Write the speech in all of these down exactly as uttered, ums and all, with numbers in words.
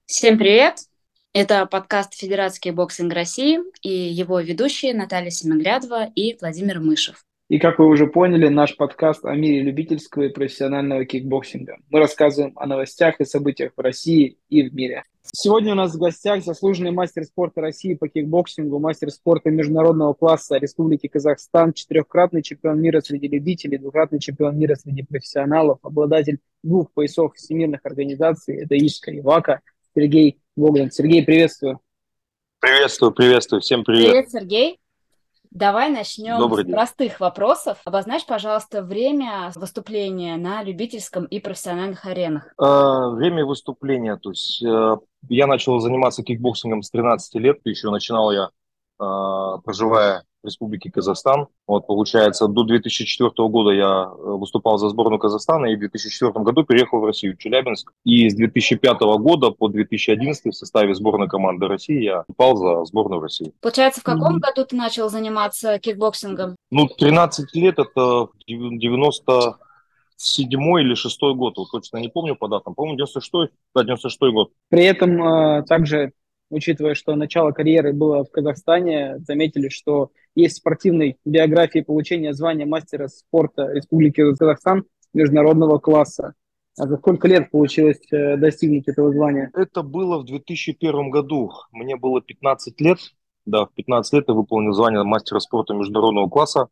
Всем привет! Это подкаст «Федератский боксинг России» и его ведущие Наталья Семиглядова и Владимир Мышев. И, как вы уже поняли, наш подкаст о мире любительского и профессионального кикбоксинга. Мы рассказываем о новостях и событиях в России и в мире. Сегодня у нас в гостях заслуженный мастер спорта России по кикбоксингу, мастер спорта международного класса Республики Казахстан, четырехкратный чемпион мира среди любителей, двукратный чемпион мира среди профессионалов, обладатель двух поясов всемирных организаций, это ИСКА и ВАКА, Сергей Богдан. Сергей, приветствую. Приветствую, приветствую, всем привет. Привет, Сергей. Давай начнем Добрый с день. простых вопросов. Обозначь, пожалуйста, время выступления на любительском и профессиональных аренах. Э, время выступления, то есть э, я начал заниматься кикбоксингом с тринадцати лет, еще начинал я, э, проживая в Республике Казахстан. Вот, получается, до две тысячи четвёртого года я э, выступал за сборную Казахстана и в две тысячи четвёртом году переехал в Россию, в Челябинск. И с две тысячи пятого года по две тысячи одиннадцатый в составе сборной команды России я выступал за сборную России. Получается, в каком Мгм. году ты начал заниматься кикбоксингом? Ну, тринадцать лет это девяносто седьмой или шестой год, вот точно не помню по датам, по-моему, девяносто шестой, да, девяносто шестой год. При этом э, также, учитывая, что начало карьеры было в Казахстане, заметили, что есть в спортивной биографии получения звания мастера спорта Республики Казахстан международного класса. А за сколько лет получилось э, достигнуть этого звания? Это было в две тысячи первом году, мне было пятнадцать лет, да, в пятнадцать лет я выполнил звание мастера спорта международного класса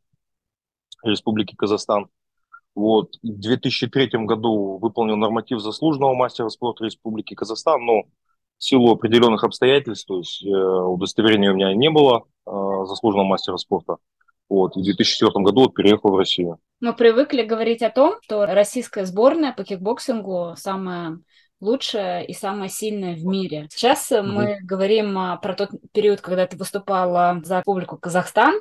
Республики Казахстан. Вот. В две тысячи третьем году выполнил норматив заслуженного мастера спорта Республики Казахстан, но в силу определенных обстоятельств, то есть э, удостоверения у меня не было э, заслуженного мастера спорта. Вот. И в две тысячи четвёртом году вот переехал в Россию. Мы привыкли говорить о том, что российская сборная по кикбоксингу самая лучшая и самая сильная в мире. Сейчас Мгм. мы говорим а, про тот период, когда ты выступала за Республику Казахстан,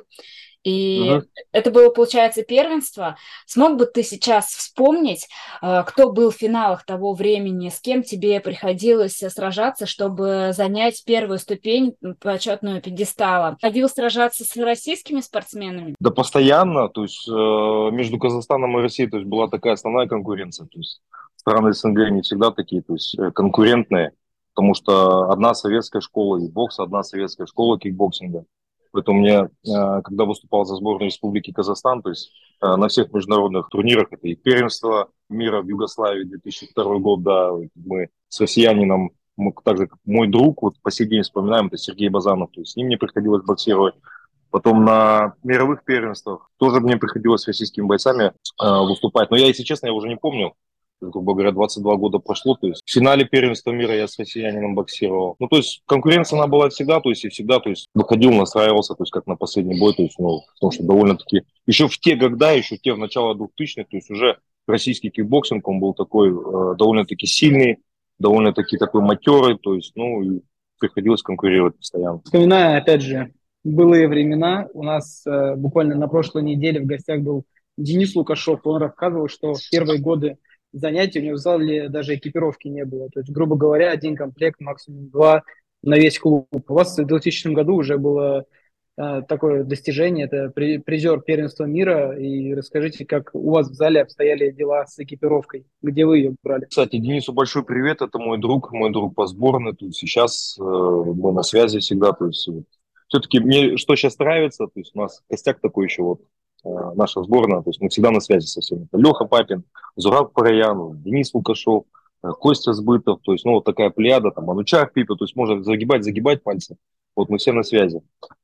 и Мгм. это было, получается, первенство. Смог бы ты сейчас вспомнить, а, кто был в финалах того времени, с кем тебе приходилось сражаться, чтобы занять первую ступень почетную пьедестала? Ходил сражаться с российскими спортсменами? Да, постоянно, то есть э, между Казахстаном и Россией, то есть была такая основная конкуренция, то есть страны СНГ не всегда такие, то есть э, конкурентные, потому что одна советская школа и бокс, одна советская школа кикбоксинга. Поэтому мне, э, когда выступал за сборную Республики Казахстан, то есть э, на всех международных турнирах, это и первенство мира в Югославии две тысячи второй год, да, мы с россиянином, мы, так же как мой друг, вот по сей день вспоминаем, это Сергей Базанов, то есть с ним мне приходилось боксировать. Потом на мировых первенствах тоже мне приходилось с российскими бойцами э, выступать. Но я, если честно, я уже не помню. Грубо говоря, двадцать два года прошло. То есть в финале первенства мира я с россиянином боксировал. Ну, то есть конкуренция, она была всегда, то есть и всегда, то есть выходил, настраивался, то есть как на последний бой, то есть, ну, потому что довольно-таки еще в те года, еще в те в начало двухтысячных, то есть уже российский кикбоксинг, он был такой э, довольно-таки сильный, довольно-таки такой матерый, то есть, ну, и приходилось конкурировать постоянно. Вспоминая, опять же, былые времена, у нас э, буквально на прошлой неделе в гостях был Денис Лукашов. Он рассказывал, что в первые годы занятий у него в зале даже экипировки не было. То есть, грубо говоря, один комплект, максимум два на весь клуб. У вас в двухтысячном году уже было э, такое достижение, это при, призер первенства мира. И расскажите, как у вас в зале обстояли дела с экипировкой, где вы ее брали? Кстати, Денису большой привет, это мой друг, мой друг по сборной, то есть сейчас э, мы на связи всегда, то есть вот. Все-таки мне что сейчас нравится, то есть у нас костяк такой еще вот, э, наша сборная, то есть мы всегда на связи со всеми. Это Леха Папин, Зураб Параян, Денис Лукашов, э, Костя Сбытов, то есть ну вот такая плеяда, там Анучар Пипа, то есть можно загибать, загибать пальцы, вот мы все на связи.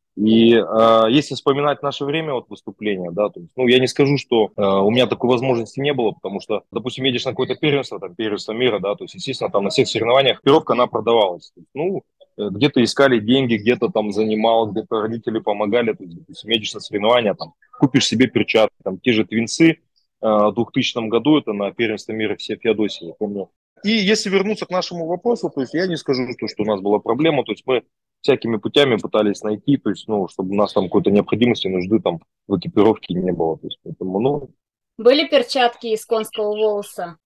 И э, если вспоминать наше время вот, выступления, да, то есть, ну, я не скажу, что э, у меня такой возможности не было, потому что, допустим, едешь на какое-то первенство, там, первенство мира, да, то есть, естественно, там на всех соревнованиях пировка, она продавалась. То есть, ну, э, где-то искали деньги, где-то там занимал, где-то родители помогали, то есть, допустим, едешь на соревнования, там, купишь себе перчатки, там, те же твинсы э, в двухтысячном году, это на первенство мира все Феодосии, я помню. И если вернуться к нашему вопросу, то есть я не скажу, что, что у нас была проблема, то есть мы всякими путями пытались найти, то есть, ну, чтобы у нас там какой-то необходимости, нужды там в экипировке не было. То есть, поэтому, ну, Были перчатки из конского волоса?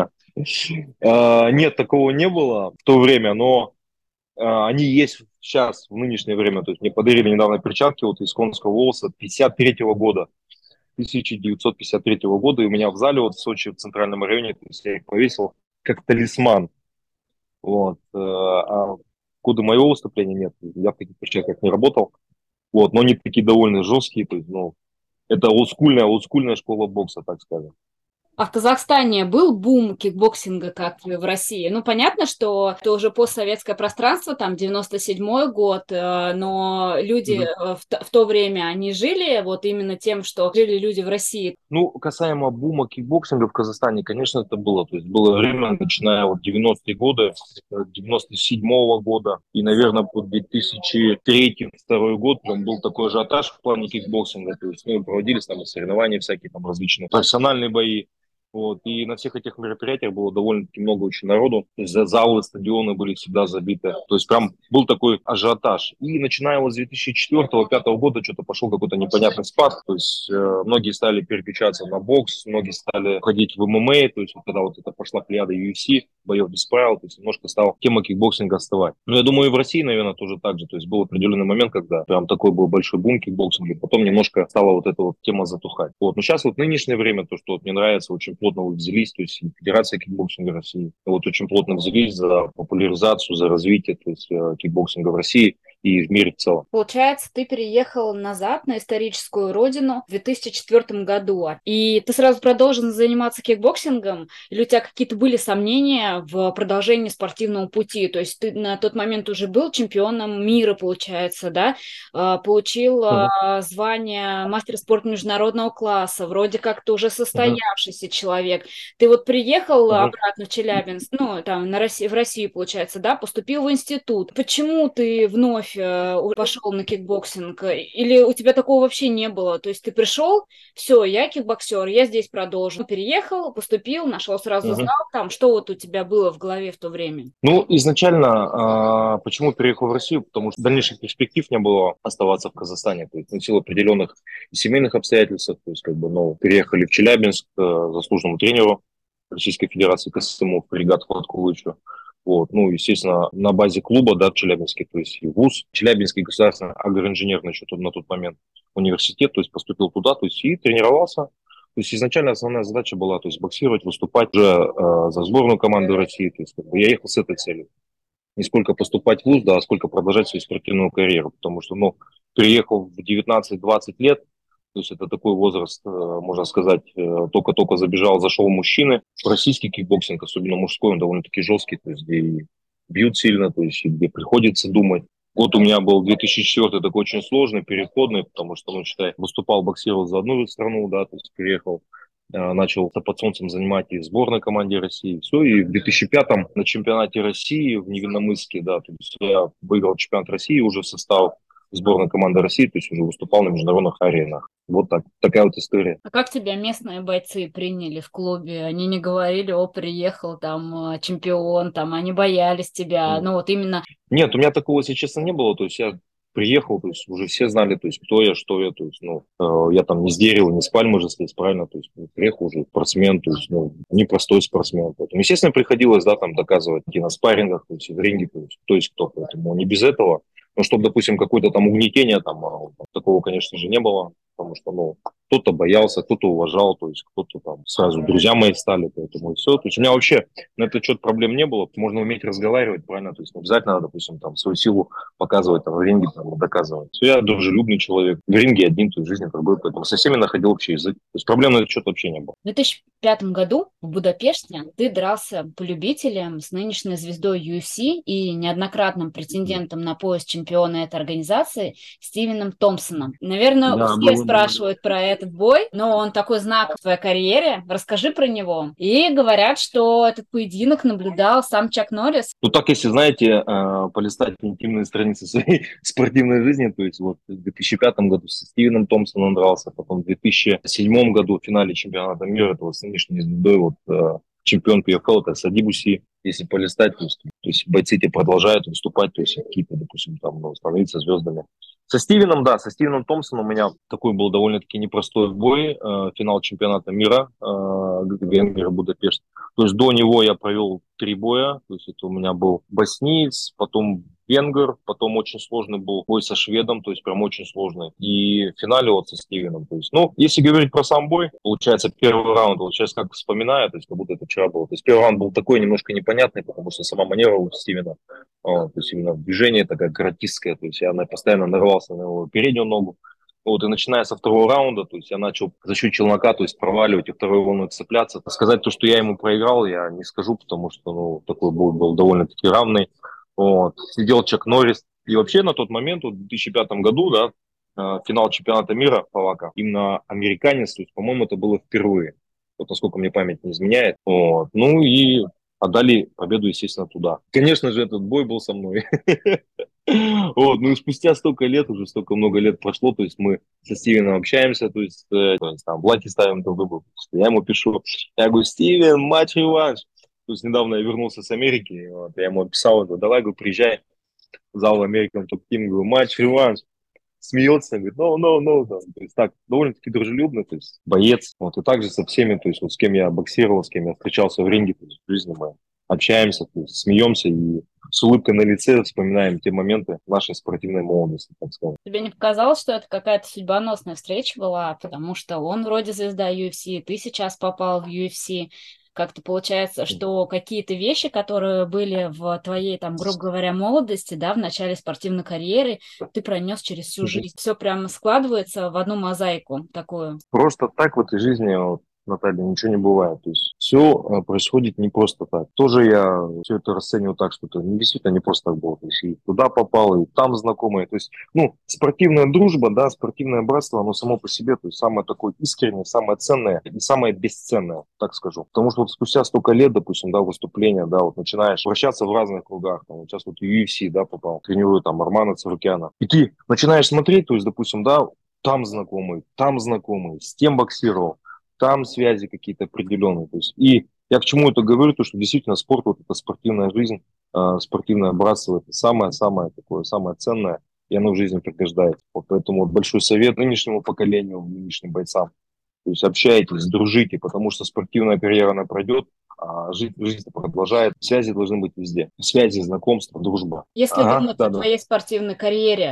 а, нет, такого не было в то время, но а, они есть сейчас, в нынешнее время. То есть мне подарили недавно перчатки вот из конского волоса пятьдесят третьего года, тысяча девятьсот пятьдесят третьего года, и у меня в зале вот в Сочи, в центральном районе, то есть я их повесил как талисман. Вот. э, А в годы моего выступления нет. Я в таких площадках не работал. Вот. Но они такие довольно жесткие. То есть, ну, это олдскульная, олдскульная школа бокса, так скажем. А в Казахстане был бум кикбоксинга, как в России? Ну, понятно, что это уже постсоветское пространство, там, девяносто седьмой год, э, но люди Мгм. э, в, т- в то время, они жили вот именно тем, что жили люди в России. Ну, касаемо бума кикбоксинга в Казахстане, конечно, это было. То есть было время, начиная от девяностых годы, э, девяносто седьмого года и, наверное, по две тысячи третий-второй год прям был такой ажиотаж в плане кикбоксинга. То есть, ну, проводились там и соревнования всякие, там различные профессиональные бои. Вот. И на всех этих мероприятиях было довольно-таки много очень народу. То есть за- залы, стадионы были всегда забиты. То есть прям был такой ажиотаж. И начиная вот с две тысячи четвёртого-пятого года что-то пошел какой-то непонятный спад. То есть э, многие стали переключаться на бокс, многие стали ходить в эм эм а. То есть вот когда вот это пошла плеяда ю эф си, боев без правил, то есть немножко стала тема кикбоксинга остывать. Но я думаю, и в России, наверное, тоже так же. То есть был определенный момент, когда прям такой был большой бум кикбоксинга. Потом немножко стала вот эта вот тема затухать. Вот. Но сейчас вот нынешнее время, то, что вот мне нравится, очень плотно вот взялись, то есть и Федерация кикбоксинга России, вот очень плотно взялись за популяризацию, за развитие, то есть э, кикбоксинга в России и в мире в целом. Получается, ты переехал назад на историческую родину в две тысячи четвёртом году, и ты сразу продолжил заниматься кикбоксингом, или у тебя какие-то были сомнения в продолжении спортивного пути? То есть ты на тот момент уже был чемпионом мира, получается, да? А, Получил Мгм. а, звание мастера спорта международного класса, вроде как ты уже Мгм. состоявшийся человек. Ты вот приехал Мгм. обратно в Челябинск, ну, там, на Росси- в Россию, получается, да, поступил в институт. Почему ты вновь э, у- пошел на кикбоксинг? Или у тебя такого вообще не было? То есть ты пришел, все, я кикбоксер, я здесь продолжу. Переехал, поступил, нашел сразу Мгм. зал, там, что вот у тебя было в голове в то время? Ну, изначально, а, почему переехал в Россию? Потому что дальнейших перспектив не было оставаться в Казахстане. То есть, ну, в силу определенных семейных обстоятельств, то есть, как бы, ну, переехали в Челябинск к заслуженному тренеру Российской Федерации Касымову Ригату Хаткулычу. Вот, ну, естественно, на базе клуба, да, в Челябинске, то есть и вуз, Челябинский государственный агроинженерный что-то на тот момент университет, то есть поступил туда, то есть и тренировался. То есть изначально основная задача была, то есть боксировать, выступать уже э, за сборную команду России. То есть как бы, я ехал с этой целью. Не сколько поступать в вуз, да, а сколько продолжать свою спортивную карьеру. Потому что, ну, приехал в девятнадцать-двадцать лет, то есть это такой возраст, э, можно сказать, э, только-только забежал, зашел мужчины. Российский кикбоксинг, особенно мужской, он довольно-таки жесткий, то есть где и бьют сильно, то есть и где приходится думать. Год у меня был две тысячи четвёртый, такой очень сложный, переходный, потому что, ну, считай, выступал, боксировал за одну страну, да, то есть приехал, э, начал под солнцем занимать и в сборной команде России. Все, и в две тысячи пятом на чемпионате России в Невинномысске, да, то есть я выиграл чемпионат России уже в состав сборной команды России, то есть уже выступал на международных аренах. Вот так, такая вот история. А как тебя местные бойцы приняли в клубе? Они не говорили, о, приехал там э, чемпион, там, они боялись тебя. Ну вот именно. Нет, у меня такого, если честно, не было. То есть я приехал, то есть уже все знали, то есть кто я, что я, то есть, ну, э, я там не с дерева, не с пальмы же слез, правильно, то есть ну, приехал уже спортсмен, то есть, ну, непростой спортсмен. Поэтому, естественно, приходилось, да, там доказывать и на спаррингах, то есть и в ринге, то есть кто есть кто, поэтому не без этого. Но чтобы, допустим, какое-то там угнетение, там, а, такого, конечно же, не было, потому что, ну, кто-то боялся, кто-то уважал, то есть кто-то там сразу друзья мои стали, поэтому и все. То есть у меня вообще на этот счет проблем не было. Можно уметь разговаривать, правильно? То есть не обязательно, допустим, там, свою силу показывать там, в ринге, там, доказывать. Я дружелюбный человек. В ринге один, то есть в жизни другой, поэтому со всеми находил общий язык. То есть проблем на этот счет вообще не было. В две тысячи пятом году в Будапеште ты дрался по любителям с нынешней звездой ю эф си и неоднократным претендентом на пояс чемпиона этой организации Стивеном Томпсоном. Наверное, Да, все было, было. спрашивают про этот бой, но он такой знак в твоей карьере. Расскажи про него. И говорят, что этот поединок наблюдал сам Чак Норрис. Ну, так, если, знаете, э, полистать интимные страницы своей спортивной жизни, то есть вот в две тысячи пятом году со Стивеном Томпсоном дрался, потом в две тысячи седьмом году в финале чемпионата мира, это вот с нынешней звездой, вот э, чемпион пи эф эл, это Садибуси, если полистать, то есть, то есть бойцы эти продолжают выступать, то есть какие-то, допустим, там, ну, становиться звездами. Со Стивеном, да, со Стивеном Томпсоном у меня такой был довольно-таки непростой бой, э, финал чемпионата мира, э, Венгрия, Будапешт. То есть до него я провел три боя. То есть это у меня был босниец, потом венгер, потом очень сложный был бой со шведом, то есть прям очень сложный. И в финале вот со Стивеном. То есть, ну, если говорить про сам бой, получается, первый раунд, вот сейчас как вспоминаю, то есть как будто это вчера было. То есть первый раунд был такой немножко непонятный, потому что сама манера у Стивена, а, то есть именно движение такое каратистское, то есть я на- постоянно нарывался на его переднюю ногу. Вот, и начиная со второго раунда, то есть я начал за счет челнока, то есть проваливать и второй волной цепляться. Сказать то, что я ему проиграл, я не скажу, потому что, ну, такой бой был довольно-таки равный. Вот. Сидел Чак Норрис. И вообще на тот момент, вот, в две тысячи пятом году, да, э, финал чемпионата мира по ВАКа, именно американец, то есть, по-моему, это было впервые. Вот насколько мне память не изменяет. Вот. Ну и отдали победу, естественно, туда. Конечно же, этот бой был со мной. Вот, ну и спустя столько лет, уже столько много лет прошло, то есть мы со Стивеном общаемся, то есть, э, то есть там лайки ставим друг другу. Я ему пишу, я говорю, Стивен, матч-реванш. То есть недавно я вернулся с Америки, вот, я ему написал, говорю, давай, говорю, приезжай в зал American Top Team, говорю, матч-реванш. Смеется, говорит, no, no, no, да. То есть так, довольно-таки дружелюбно, то есть боец. Вот, и также со всеми, то есть вот с кем я боксировал, с кем я встречался в ринге, то есть в жизни мы общаемся, то есть смеемся и с улыбкой на лице вспоминаем те моменты нашей спортивной молодости, так сказать. Тебе не показалось, что это какая-то судьбоносная встреча была, потому что он вроде звезда ю эф си, ты сейчас попал в ю эф си. Как-то получается, что какие-то вещи, которые были в твоей, там, грубо говоря, молодости, да, в начале спортивной карьеры, ты пронес через всю жизнь. Все прямо складывается в одну мозаику такую. Просто так в этой жизни, вот, Наталья, ничего не бывает. То есть все происходит не просто так. Тоже я все это расцениваю так, что это действительно не просто так было. То есть и туда попал, и там знакомые. То есть, ну, спортивная дружба, да, спортивное братство, оно само по себе, то есть самое такое искреннее, самое ценное и самое бесценное, так скажу. Потому что вот спустя столько лет, допустим, да, выступления, да, вот начинаешь вращаться в разных кругах. Там, вот сейчас вот ю эф си, да, попал, тренирую там Армана Царукяна. И ты начинаешь смотреть, то есть, допустим, да, там знакомый, там знакомый, с тем боксировал, там связи какие-то определенные. То есть, и я к чему это говорю, то что действительно спорт, вот эта спортивная жизнь, э, спортивное братство, это самое-самое такое, самое ценное, и оно в жизни пригождается. Вот поэтому вот большой совет нынешнему поколению, нынешним бойцам, то есть общайтесь, дружите, потому что спортивная карьера, она пройдет, а жизнь, жизнь продолжает. Связи должны быть везде. Связи, знакомства, дружба. Если Ага, думать да, о да. твоей спортивной карьере,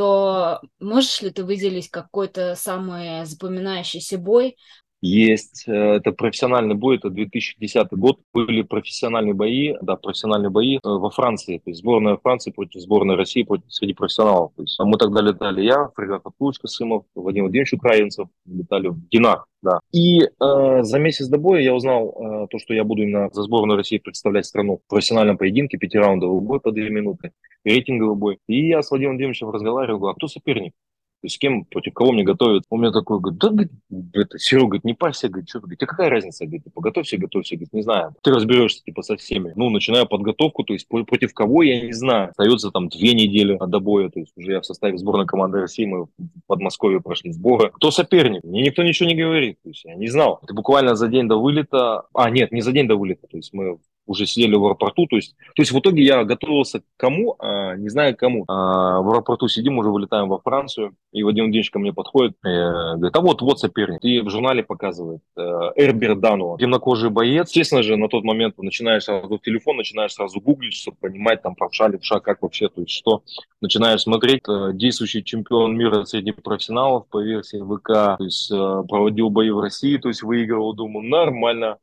то можешь ли ты выделить какой-то самый запоминающийся бой? Есть, э, это профессиональный бой, это две тысячи десятый год, были профессиональные бои, да, профессиональные бои э, во Франции, то есть сборная Франции против сборной России против, среди профессионалов. То есть мы тогда летали я, Фрегат Атлуч Касымов, Вадим Владимирович Украинцев, летали в Динах, да. И э, за месяц до боя я узнал э, то, что я буду именно за сборную России представлять страну в профессиональном поединке, пятираундовый бой по две минуты, рейтинговый бой. И я с Владимиром Владимировичем разговаривал, говорю, а кто соперник? То есть с кем, против кого мне готовят? Он мне такой говорит, да, говорит, это, Серега, говорит, не парься, говорит, что ты, говорит, а какая разница, говорит, типа, готовься, готовься, говорит, не знаю. Ты разберешься, типа, со всеми. Ну, начинаю подготовку, то есть против кого, я не знаю. Остается там две недели до боя, то есть уже я в составе сборной команды России, мы в Подмосковье прошли сборы. Кто соперник? Мне никто ничего не говорит, то есть я не знал. Это буквально за день до вылета, а, нет, не за день до вылета, то есть мы уже сидели в аэропорту, то есть, то есть в итоге я готовился к кому, а, не знаю к кому. А, в аэропорту сидим, уже вылетаем во Францию, и Вадим Владимирович ко мне подходит, э, говорит, а вот, вот соперник, и в журнале показывает, э, Эрбер Дануа, темнокожий боец. Естественно же, на тот момент начинаешь сразу в телефон, начинаешь сразу гуглить, чтобы понимать, там, правша, левша, как вообще, то есть что. Начинаешь смотреть, э, действующий чемпион мира среди профессионалов по версии ВК, то есть э, проводил бои в России, то есть выигрывал, думаю, нормально.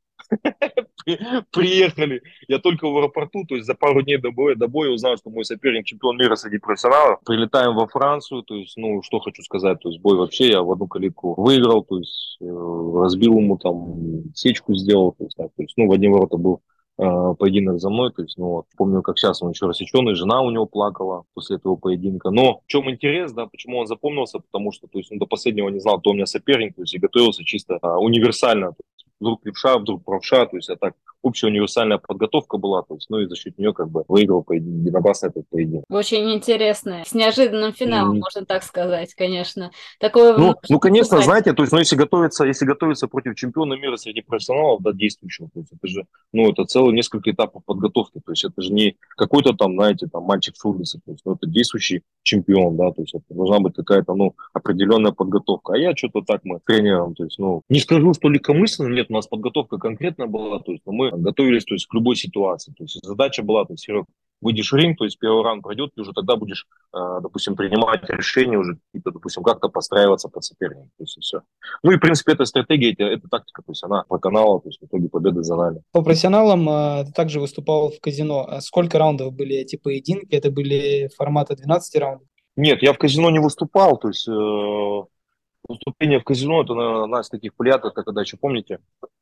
Приехали. Я только в аэропорту, то есть за пару дней до боя, до боя узнал, что мой соперник чемпион мира среди профессионалов. Прилетаем во Францию, то есть, ну, что хочу сказать, то есть бой вообще я в одну калитку выиграл, то есть э, разбил ему там, сечку сделал, то есть, так, то есть, ну, в одни ворота был э, поединок за мной, то есть, ну, вот, помню, как сейчас он еще рассеченный, жена у него плакала после этого поединка. Но в чем интерес, да, почему он запомнился, потому что, то есть, он до последнего не знал, кто у меня соперник, то есть, и готовился чисто а, универсально, вдруг левша, вдруг правша, то есть, а так общая универсальная подготовка была, то есть, ну и за счет нее как бы выиграл поединок, единогласно этот поединок. Очень интересно, с неожиданным финалом, Mm-hmm. можно так сказать, конечно. Такое ну, ну, конечно, писать. знаете, то есть, ну, если готовиться, если готовиться против чемпиона мира среди профессионалов, да, действующего, то есть, это же, ну, это целые несколько этапов подготовки, то есть, это же не какой-то там, знаете, там, мальчик с улицы, то есть, ну, это действующий чемпион, да, то есть, это должна быть какая-то, ну, определенная подготовка, а я что-то так мы тренером, то есть, ну, не скажу, что легкомысленно, нет, у нас подготовка конкретно была, то есть, ну, мы готовились, то есть, к любой ситуации, то есть, задача была, то есть, Серег, выйдешь в ринг, то есть первый раунд пройдет, ты уже тогда будешь, э, допустим, принимать решения уже, какие-то, допустим, как-то подстраиваться под соперника, то есть и все. Ну и, в принципе, эта стратегия, это, эта тактика, то есть она проканала, то есть в итоге победа за нами. По профессионалам э, ты также выступал в казино. А сколько раундов были эти поединки? Это были формата двенадцати раундов? Нет, я в казино не выступал, то есть э, выступление в казино, это, наверное, одна из таких плят, это когда еще, помните,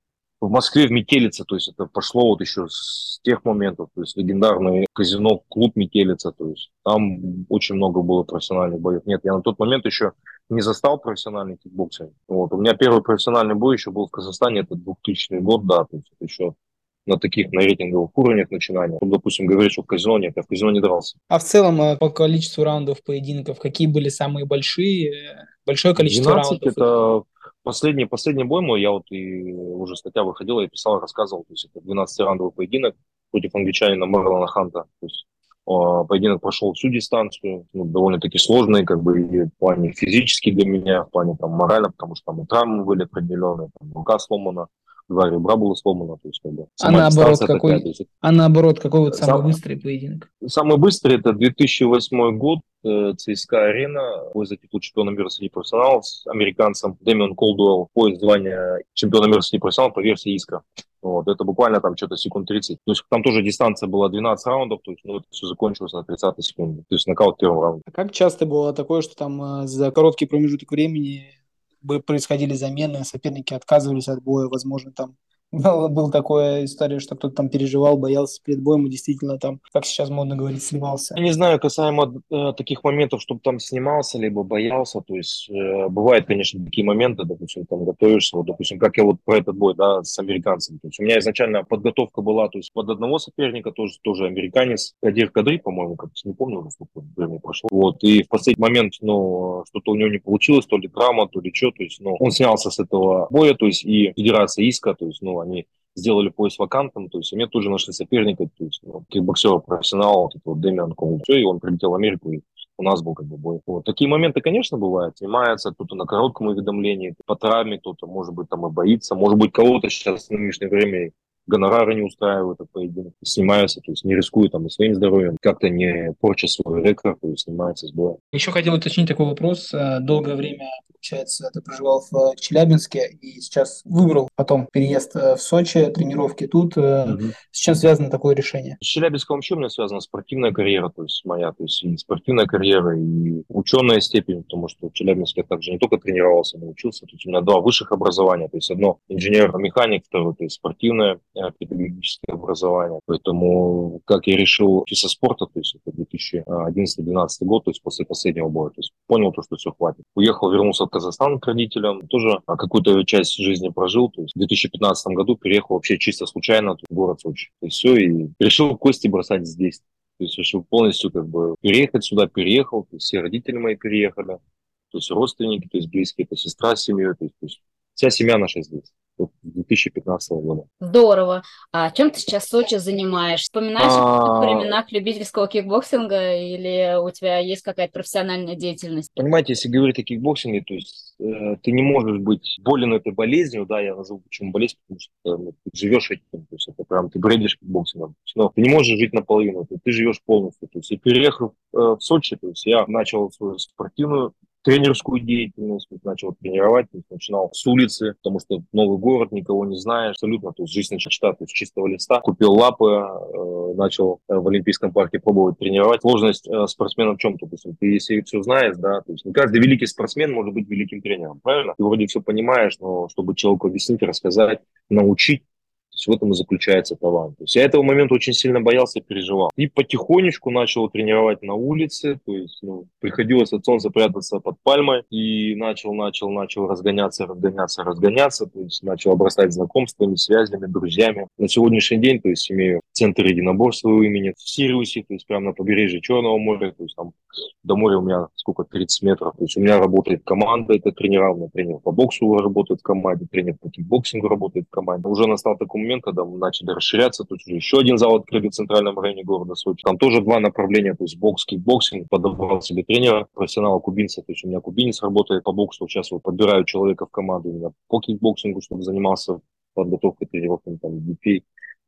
в Москве, в Метелице, то есть это пошло вот еще с тех моментов, то есть легендарный казино, клуб Метелица, то есть там очень много было профессиональных боев. Нет, я на тот момент еще не застал профессиональный кикбоксинг. Вот. У меня первый профессиональный бой еще был в Казахстане, это двухтысячный год, да, то есть это еще на таких, на рейтинговых уровнях начинания. Тут, допустим, говоришь, что в казино нет, я в казино не дрался. А в целом, э, по количеству раундов поединков, какие были самые большие? Э, Большое количество двенадцать раундов? это последний, последний бой мой, я вот и уже статья выходила, я писал, рассказывал, то есть это двенадцати-раундовый поединок против англичанина Мерлона Ханта. То есть о, поединок прошел всю дистанцию, ну, довольно-таки сложный, как бы и в плане физически для меня, в плане там морально, потому что там и травмы были определенные, там, рука сломана, два ребра было сломано, то есть как бы А сама наоборот, дистанция какой, такая. То есть, а наоборот, какой вот самый сам, быстрый поединок? Самый быстрый это две тысячи восьмой год, э, ЦСКА Арена, бой за титул чемпиона мира среди профессионалов с американцем Дэмиан Колдуэлл, пояс звания чемпиона мира среди профессионалов по версии Искра. Вот, это буквально там что-то секунд тридцать. То есть там тоже дистанция была двенадцать раундов, то есть ну, это все закончилось на тридцатой секунде. То есть нокаут в первом раунде. А как часто было такое, что там э, за короткий промежуток времени бы происходили замены, соперники отказывались от боя, возможно, там была был такая история, что кто-то там переживал, боялся перед боем и действительно там, как сейчас модно говорить, сливался. Я не знаю, касаемо э, таких моментов, чтобы там снимался, либо боялся, то есть э, бывают, конечно, такие моменты, допустим, там готовишься, вот, допустим, как я вот про этот бой, да, с американцем, то есть у меня изначально подготовка была, то есть под одного соперника, тоже, тоже американец, Кадир Кадри, по-моему, как-то не помню уже, сколько времени прошло, вот, и в последний момент, ну, что-то у него не получилось, то ли травма, то ли что, то есть, ну, он снялся с этого боя, то есть, и Федерация Иска, то есть, ну, они сделали пояс вакантом, то есть, и мне тоже нашли соперника, то есть, ну, кикбоксера, профессионал, вот этого Дэмиан Коул, все, и он прилетел в Америку, и у нас был как бы бой. Вот. Такие моменты, конечно, бывают, снимается, кто-то на коротком уведомлении, по травме, кто-то, может быть, там и боится, может быть, кого-то сейчас в нынешнее время гонорары не устраивают этот поединок, снимаются, то есть не рискуют там и своим здоровьем, как-то не порчат свой рекорд, то есть снимается с боя. Еще хотел уточнить такой вопрос. Э, Долгое время, получается, ты проживал в э, Челябинске и сейчас выбрал потом переезд э, в Сочи, тренировки тут. Э, Мгм. С чем связано такое решение? С Челябинском вообще у меня связана спортивная карьера, то есть моя, то есть и спортивная карьера, и ученая степень, потому что в Челябинске я также не только тренировался, но и учился. То есть у меня два высших образования, то есть одно инженер-механик, второе, то есть спортивное э, педагогическое образование. Поэтому как я решил идти со спорта, то есть это две тысячи одиннадцатый-двенадцатый год, то есть после последнего боя, то есть понял то, что все хватит. Уехал, вернулся в Казахстан к родителям, тоже а, какую-то часть жизни прожил, то есть в две тысячи пятнадцатом году переехал вообще чисто случайно в город Сочи. То есть все, и решил кости бросать здесь. То есть решил полностью как бы переехать сюда, переехал, то есть все родители мои переехали, то есть родственники, то есть близкие, то есть сестра с семьей, то есть, то есть вся семья наша здесь. Вот с две тысячи пятнадцатого года. Здорово. А чем ты сейчас в Сочи занимаешься? Вспоминаешь о А, временах любительского кикбоксинга или у тебя есть какая-то профессиональная деятельность? Понимаете, если говорить о кикбоксинге, то есть э, ты не можешь быть болен этой болезнью, да, я назову почему болезнь, потому что ну, ты живешь этим, то есть это прям ты бредишь кикбоксингом, но ты не можешь жить наполовину, ты, ты живешь полностью. То есть и переехав э, в Сочи, то есть я начал свою спортивную тренерскую деятельность, то есть начал тренировать, то есть начинал с улицы, потому что новый город, никого не знаешь, абсолютно, то есть жизнь начата, то есть с чистого листа, купил лапы, э, начал э, в Олимпийском парке пробовать тренировать. Сложность э, спортсмена в чем? То есть ты если все знаешь, да, то есть не каждый великий спортсмен может быть великим тренером, правильно? Ты вроде все понимаешь, но чтобы человеку объяснить, рассказать, научить, то есть в этом и заключается талант. То есть я этого момента очень сильно боялся и переживал. И потихонечку начал тренировать на улице, то есть ну, приходилось от солнца прятаться под пальмой, и начал, начал, начал разгоняться, разгоняться, разгоняться, то есть начал обрастать знакомствами, связями, друзьями. На сегодняшний день, то есть имею центр единоборств своего имени в Сириусе, то есть прямо на побережье Черного моря, то есть там до моря у меня сколько, тридцать метров, то есть у меня работает команда, это тренера, у меня тренер по боксу работает в команде, тренер по кикбоксингу работает в команде. Уже настал такой момент, когда мы начали расширяться, то есть уже еще один зал открыли в центральном районе города Сочи. Там тоже два направления, то есть бокс, кикбоксинг, подобрал себе тренера, профессионала кубинца, то есть у меня кубинец работает по боксу, сейчас вот подбираю человека в команду именно по кикбоксингу, чтобы занимался подготовкой, тренировками там детей,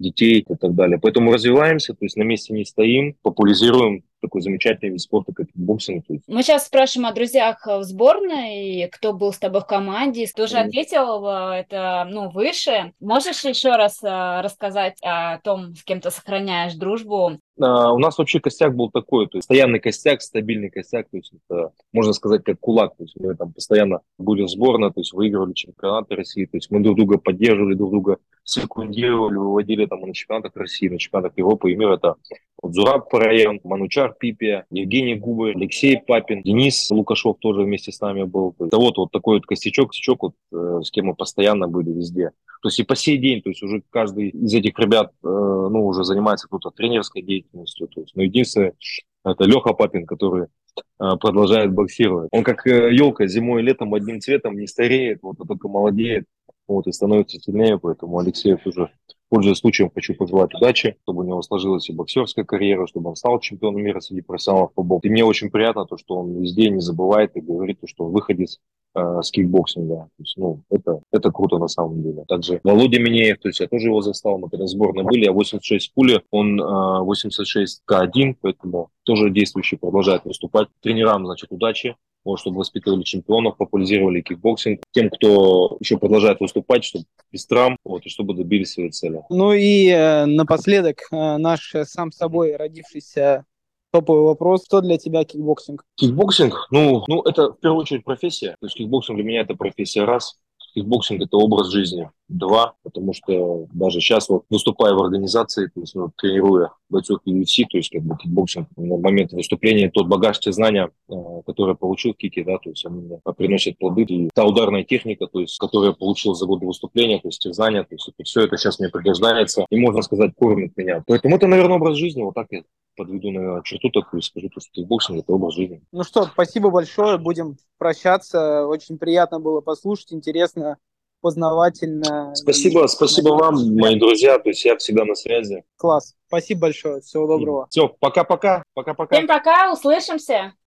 детей и так далее. Поэтому развиваемся, то есть на месте не стоим, популяризируем такой замечательный вид спорта, как боксинг. Мы сейчас спрашиваем о друзьях в сборной, кто был с тобой в команде. Ты уже ответил, это ну, выше. Можешь еще раз рассказать о том, с кем ты сохраняешь дружбу? Uh, у нас вообще костяк был такой, то есть постоянный костяк, стабильный костяк, то есть это, можно сказать, как кулак, то есть мы там постоянно были в сборной, то есть выигрывали чемпионаты России, то есть мы друг друга поддерживали, друг друга секундировали, выводили там на чемпионатах России, на чемпионатах Европы и мира. Это вот Зураб Параян, Манучар Пипия, Евгений Губы, Алексей Папин, Денис Лукашов тоже вместе с нами был. Это вот, вот такой вот костячок, костячок вот, э, с кем мы постоянно были везде. То есть и по сей день, то есть уже каждый из этих ребят, э, ну, уже занимается кто-то тренерской деятельностью. То есть, но единственное, это Леха Папин, который э, продолжает боксировать. Он как э, елка зимой и летом одним цветом не стареет, вот, а только молодеет, вот, и становится сильнее. Поэтому Алексею тоже, пользуясь случаем, хочу пожелать удачи, чтобы у него сложилась и боксерская карьера, чтобы он стал чемпионом мира среди профессионалов по боксу. И мне очень приятно то, что он везде не забывает и говорит, что он выходец с кикбоксинга. То есть, ну, это, это круто на самом деле. Также Володя Минеев, то есть я тоже его застал, мы когда в сборной были, я восемьдесят шесть пули, он восемьдесят шесть ка один, поэтому тоже действующий, продолжает выступать. Тренерам, значит, удачи, вот, чтобы воспитывали чемпионов, популяризировали кикбоксинг. Тем, кто еще продолжает выступать, чтобы без травм, вот, и чтобы добились своей цели. Ну и э, напоследок э, наш э, сам собой родившийся топовый вопрос. Что для тебя кикбоксинг? Кикбоксинг? Ну, ну, это в первую очередь профессия. То есть кикбоксинг для меня это профессия раз. Кикбоксинг – это образ жизни. Два, потому что даже сейчас, вот, выступая в организации, то есть, ну, тренируя бойцов ю эф си, то есть как бы кикбоксинг, на момент выступления, тот багаж, те знания, э, которые я получил в кике, да, то есть они мне приносят плоды. И та ударная техника, то есть, которую я получил за годы выступления, то есть те знания, то есть это, все это сейчас мне пригождается и, можно сказать, кормит меня. Поэтому это, наверное, образ жизни. Вот так я подведу, наверное, черту такую и скажу, что кикбоксинг – это образ жизни. Ну что, спасибо большое, будем прощаться. Очень приятно было послушать, интересно, познавательно. Спасибо, и, спасибо вам, мои друзья, то есть я всегда на связи. Класс, спасибо большое, всего доброго. Все, пока-пока, пока-пока. Всем пока, услышимся.